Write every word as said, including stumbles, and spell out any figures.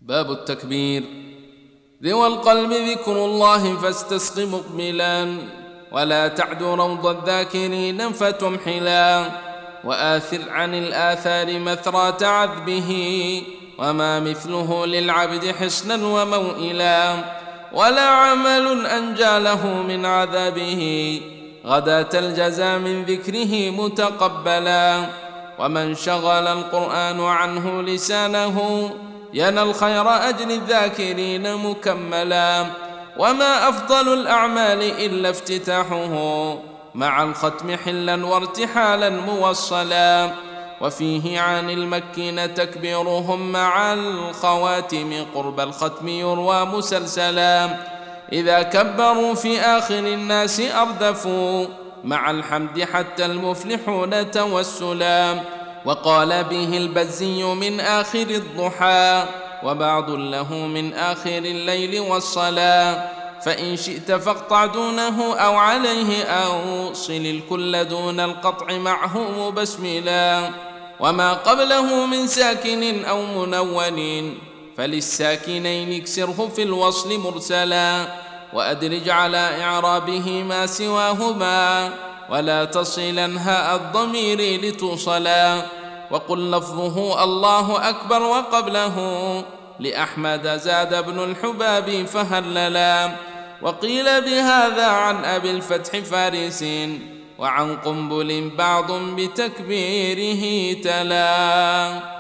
باب التكبير. ذوى القلب ذكر الله فاستسق مقبلا، ولا تعد روض الذاكرين فتمحلا، وآثر عن الآثار مثرات عذبه، وما مثله للعبد حصنا وموئلا، ولا عمل أنجى له من عذابه، غداة الجزا من ذكره متقبلا، ومن شغل القرآن عنه لسانه، ينال الخير أجر الذاكرين مكملا، وما أفضل الأعمال إلا افتتاحه، مع الختم حلا وارتحالا موصلا، وفيه عن المكين تكبيرهم مع الخواتم قرب الختم يروى مسلسلا، إذا كبروا في آخر الناس أردفوا، مع الحمد حتى المفلحون توسلا، وقال به البزي من آخر الضحى، وبعض له من آخر الليل والصلاة، فإن شئت فاقطع دونه أو عليه أو صل الكل دون القطع معه مبسملا، وما قبله من ساكن أو منون فللساكنين اكسره في الوصل مرسلا، وأدرج على إعرابه ما سواهما، ولا تصلا هاء الضمير لتوصلا، وقل لفظه الله أكبر وقبله لأحمد زاد ابن الحباب فهللا، وقيل بهذا عن أبي الفتح فارس، وعن قنبل بعض بتكبيره تلا.